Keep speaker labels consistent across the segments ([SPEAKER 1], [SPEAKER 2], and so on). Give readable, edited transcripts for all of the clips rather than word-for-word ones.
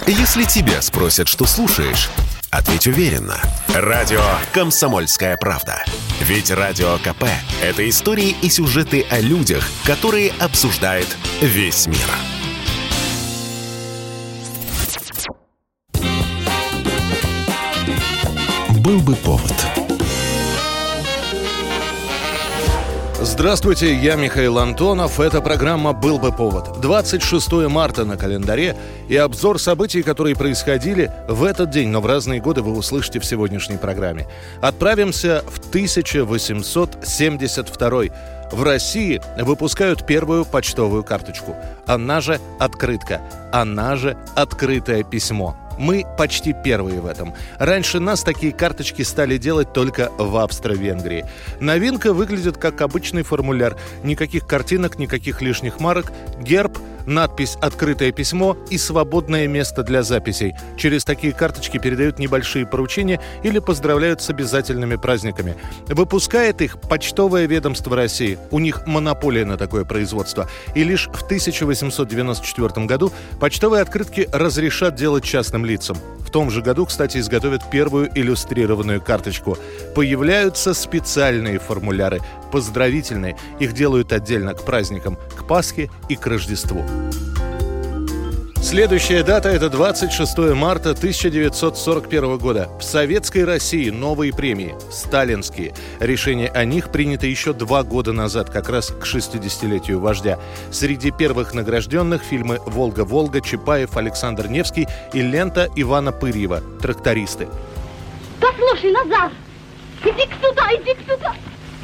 [SPEAKER 1] Если тебя спросят, что слушаешь, ответь уверенно. Радио «Комсомольская правда». Ведь Радио КП – это истории и сюжеты о людях, которые обсуждает весь мир. Был бы повод.
[SPEAKER 2] Здравствуйте, я Михаил Антонов. Это программа «Был бы повод». 26 марта на календаре и обзор событий, которые происходили в этот день, но в разные годы, вы услышите в сегодняшней программе. Отправимся в 1872. В России выпускают первую почтовую карточку. Она же открытка, она же открытое письмо. Мы почти первые в этом. Раньше нас такие карточки стали делать только в Австро-Венгрии. Новинка выглядит как обычный формуляр. Никаких картинок, никаких лишних марок, герб, надпись «Открытое письмо» и свободное место для записей. Через такие карточки передают небольшие поручения или поздравляют с обязательными праздниками. Выпускает их Почтовое ведомство России. У них монополия на такое производство. И лишь в 1894 году почтовые открытки разрешат делать частным лицам. В том же году, кстати, изготовят первую иллюстрированную карточку. Появляются специальные формуляры, поздравительные. Их делают отдельно к праздникам, к Пасхе и к Рождеству. Следующая дата – это 26 марта 1941 года. В Советской России новые премии – сталинские. Решение о них принято еще 2 года назад, как раз к 60-летию вождя. Среди первых награжденных фильмы «Волга-Волга», «Чапаев», «Александр Невский» и лента Ивана Пырьева «Трактористы».
[SPEAKER 3] Послушай, Назар, иди-ка сюда.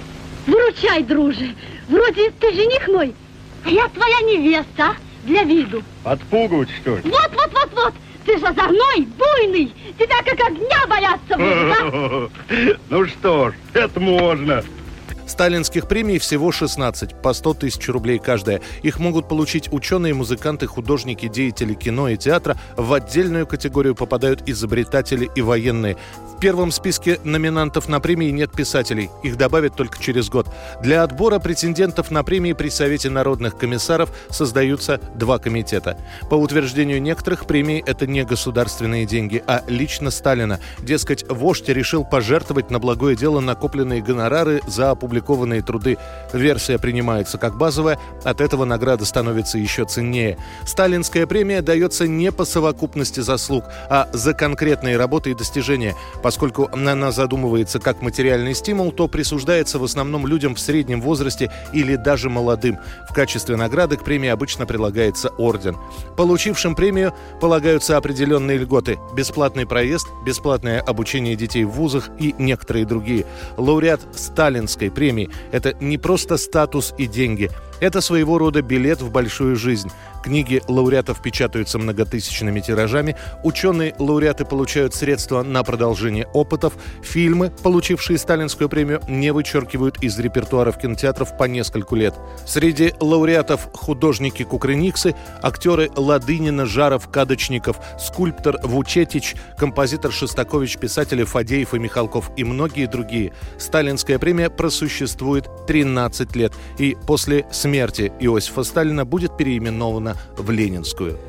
[SPEAKER 3] Выручай, друже. Вроде ты жених мой, а я твоя невеста, для виду.
[SPEAKER 4] Отпугивать, что ли?
[SPEAKER 3] Вот. Ты же озорной, буйный. Тебя как огня бояться будут, а?
[SPEAKER 4] Ну что ж, это можно.
[SPEAKER 2] Сталинских премий всего 16, по 100 тысяч рублей каждая. Их могут получить ученые, музыканты, художники, деятели кино и театра. В отдельную категорию попадают изобретатели и военные. В первом списке номинантов на премии нет писателей. Их добавят только через год. Для отбора претендентов на премии при Совете народных комиссаров создаются 2 комитета. По утверждению некоторых, премии – это не государственные деньги, а лично Сталина. Дескать, вождь решил пожертвовать на благое дело накопленные гонорары за опубликованные труды. Версия принимается как базовая, от этого награда становится еще ценнее. Сталинская премия дается не по совокупности заслуг, а за конкретные работы и достижения. Поскольку она задумывается как материальный стимул, то присуждается в основном людям в среднем возрасте или даже молодым. В качестве награды к премии обычно прилагается орден. Получившим премию полагаются определенные льготы: бесплатный проезд, бесплатное обучение детей в вузах и некоторые другие. Лауреат Сталинской премии – это не просто статус и деньги. Это своего рода билет в большую жизнь. Книги лауреатов печатаются многотысячными тиражами, ученые-лауреаты получают средства на продолжение опытов, фильмы, получившие Сталинскую премию, не вычеркивают из репертуаров кинотеатров по нескольку лет. Среди лауреатов художники Кукрыниксы, актеры Ладынина, Жаров, Кадочников, скульптор Вучетич, композитор Шостакович, писатели Фадеев и Михалков и многие другие. Сталинская премия просуществует 13 лет и после смерти Иосифа Сталина будет переименована в Ленинскую.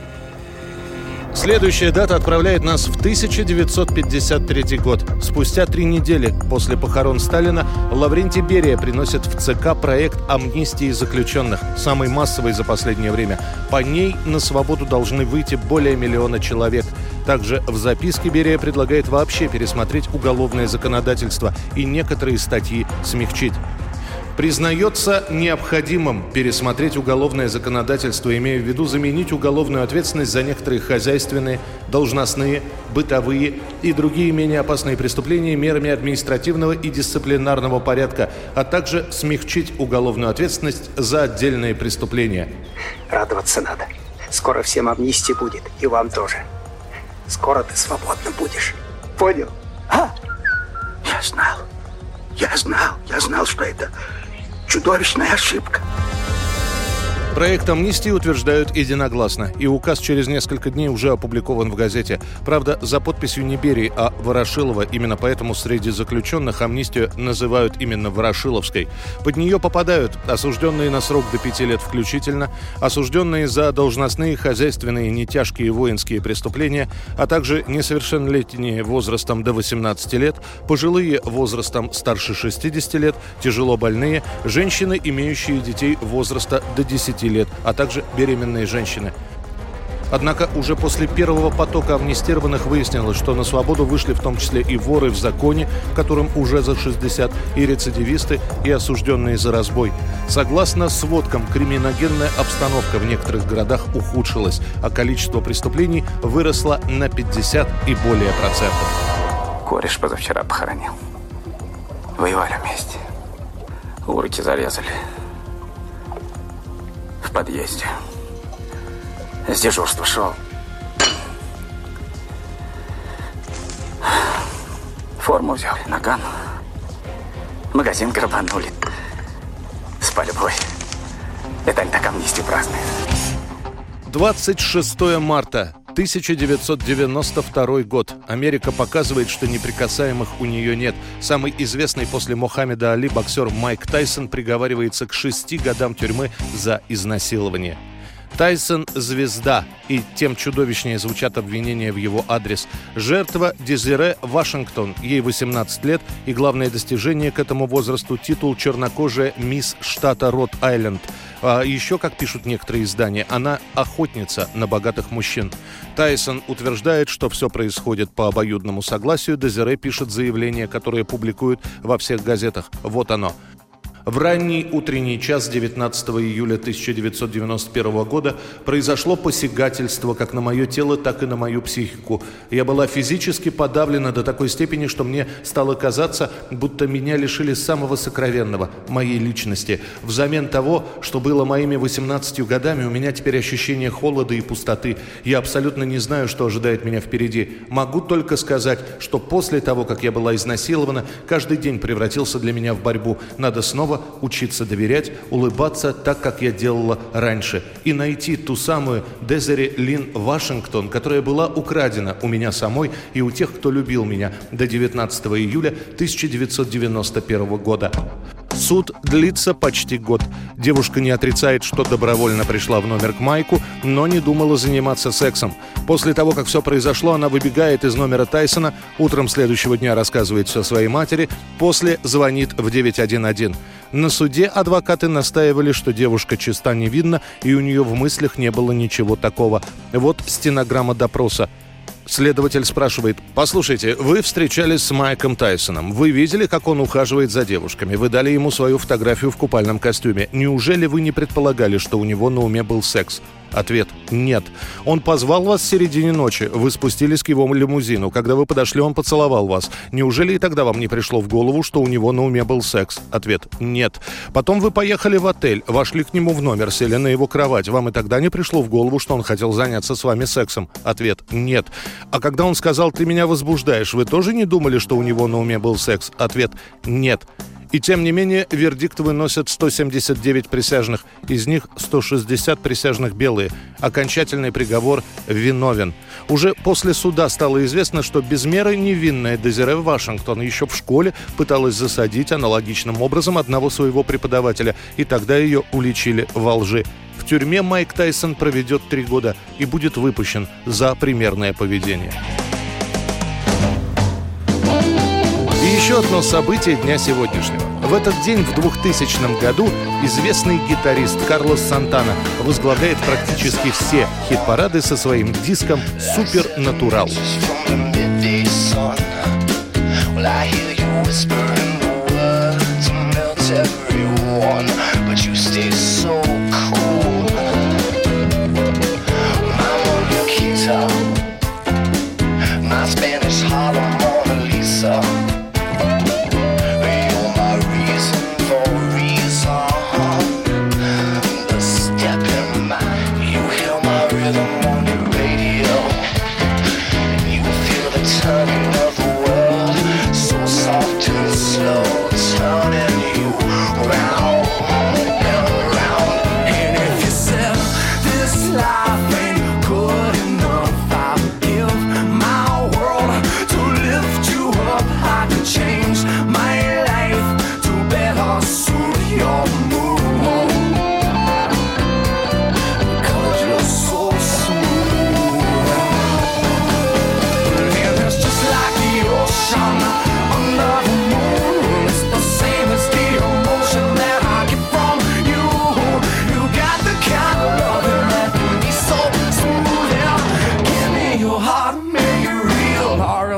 [SPEAKER 2] Следующая дата отправляет нас в 1953 год. Спустя 3 недели после похорон Сталина Лаврентий Берия приносит в ЦК проект амнистии заключенных, самый массовый за последнее время. По ней на свободу должны выйти более 1 миллиона человек. Также в записке Берия предлагает вообще пересмотреть уголовное законодательство и некоторые статьи смягчить. Признается необходимым пересмотреть уголовное законодательство, имея в виду заменить уголовную ответственность за некоторые хозяйственные, должностные, бытовые и другие менее опасные преступления мерами административного и дисциплинарного порядка, а также смягчить уголовную ответственность за отдельные преступления.
[SPEAKER 5] Радоваться надо. Скоро всем амнистия будет, и вам тоже. Скоро ты свободно будешь. Понял? Я знал, что это чудовищная ошибка.
[SPEAKER 2] Проект амнистии утверждают единогласно, и указ через несколько дней уже опубликован в газете. Правда, за подписью не Берии, а Ворошилова. Именно поэтому среди заключенных амнистию называют именно Ворошиловской. Под нее попадают осужденные на срок до 5 лет включительно, осужденные за должностные, хозяйственные, нетяжкие воинские преступления, а также несовершеннолетние возрастом до 18 лет, пожилые возрастом старше 60 лет, тяжело больные, женщины, имеющие детей возраста до 10 лет, а также беременные женщины. Однако уже после первого потока амнистированных выяснилось, что на свободу вышли в том числе и воры в законе, которым уже за 60, и рецидивисты, и осужденные за разбой. Согласно сводкам, криминогенная обстановка в некоторых городах ухудшилась, а количество преступлений выросло на 50 и более процентов.
[SPEAKER 5] Кореш позавчера похоронил. Воевали вместе. Урки зарезали. В подъезде. С дежурства шел. Форму взял, наган. Магазин грабанули. С пальбой. Это они так амнистию празднуют.
[SPEAKER 2] 26 марта 1992 год. Америка показывает, что неприкасаемых у нее нет. Самый известный после Мухаммеда Али боксер Майк Тайсон приговаривается к 6 годам тюрьмы за изнасилование. Тайсон – звезда, и тем чудовищнее звучат обвинения в его адрес. Жертва Дезире Вашингтон, ей 18 лет, и главное достижение к этому возрасту – титул чернокожая мисс штата Род-Айленд. А еще, как пишут некоторые издания, она охотница на богатых мужчин. Тайсон утверждает, что все происходит по обоюдному согласию. Дезире пишет заявление, которое публикуют во всех газетах. Вот оно. В ранний утренний час 19 июля 1991 года произошло посягательство как на мое тело, так и на мою психику. Я была физически подавлена до такой степени, что мне стало казаться, будто меня лишили самого сокровенного – моей личности. Взамен того, что было моими 18 годами, у меня теперь ощущение холода и пустоты. Я абсолютно не знаю, что ожидает меня впереди. Могу только сказать, что после того, как я была изнасилована, каждый день превратился для меня в борьбу. Надо снова учиться доверять, улыбаться так, как я делала раньше, и найти ту самую Дезире Лин Вашингтон, которая была украдена у меня самой и у тех, кто любил меня до 19 июля 1991 года. Суд длится почти год. Девушка не отрицает, что добровольно пришла в номер к Майку, но не думала заниматься сексом. После того, как все произошло, она выбегает из номера Тайсона, утром следующего дня рассказывает все своей матери, после звонит в 911. На суде адвокаты настаивали, что девушка чиста невинна, и у нее в мыслях не было ничего такого. Вот стенограмма допроса. Следователь спрашивает: «Послушайте, вы встречались с Майком Тайсоном. Вы видели, как он ухаживает за девушками? Вы дали ему свою фотографию в купальном костюме. Неужели вы не предполагали, что у него на уме был секс?» Ответ: «Нет. Он позвал вас в середине ночи. Вы спустились к его лимузину. Когда вы подошли, он поцеловал вас. Неужели и тогда вам не пришло в голову, что у него на уме был секс?» Ответ: «Нет. Потом вы поехали в отель, вошли к нему в номер, сели на его кровать. Вам и тогда не пришло в голову, что он хотел заняться с вами сексом?» Ответ: «Нет. А когда он сказал: «Ты меня возбуждаешь», вы тоже не думали, что у него на уме был секс?» Ответ: «Нет». И тем не менее, вердикт выносят 179 присяжных. Из них 160 присяжных белые. Окончательный приговор – виновен. Уже после суда стало известно, что без меры невинная Дезире Вашингтон еще в школе пыталась засадить аналогичным образом одного своего преподавателя, и тогда ее уличили во лжи. В тюрьме Майк Тайсон проведет 3 года и будет выпущен за примерное поведение. И еще одно событие дня сегодняшнего. В этот день, в 2000 году, известный гитарист Карлос Сантана возглавляет практически все хит-парады со своим диском «Супернатурал».
[SPEAKER 6] Turning you round and round.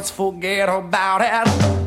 [SPEAKER 6] let's forget about it.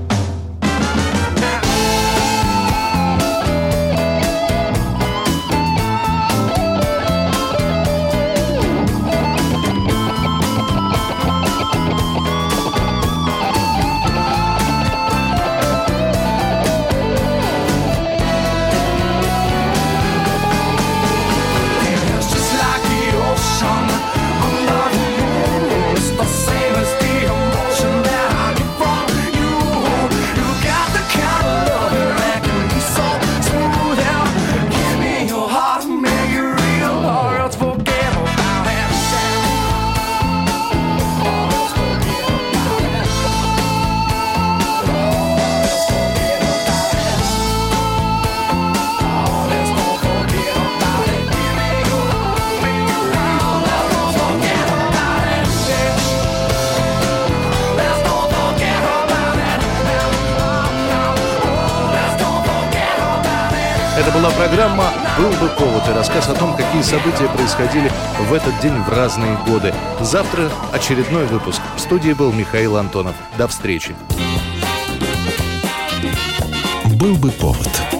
[SPEAKER 2] Это была программа «Был бы повод» и рассказ о том, какие события происходили в этот день в разные годы. Завтра очередной выпуск. В студии был Михаил Антонов. До встречи.
[SPEAKER 1] «Был бы повод».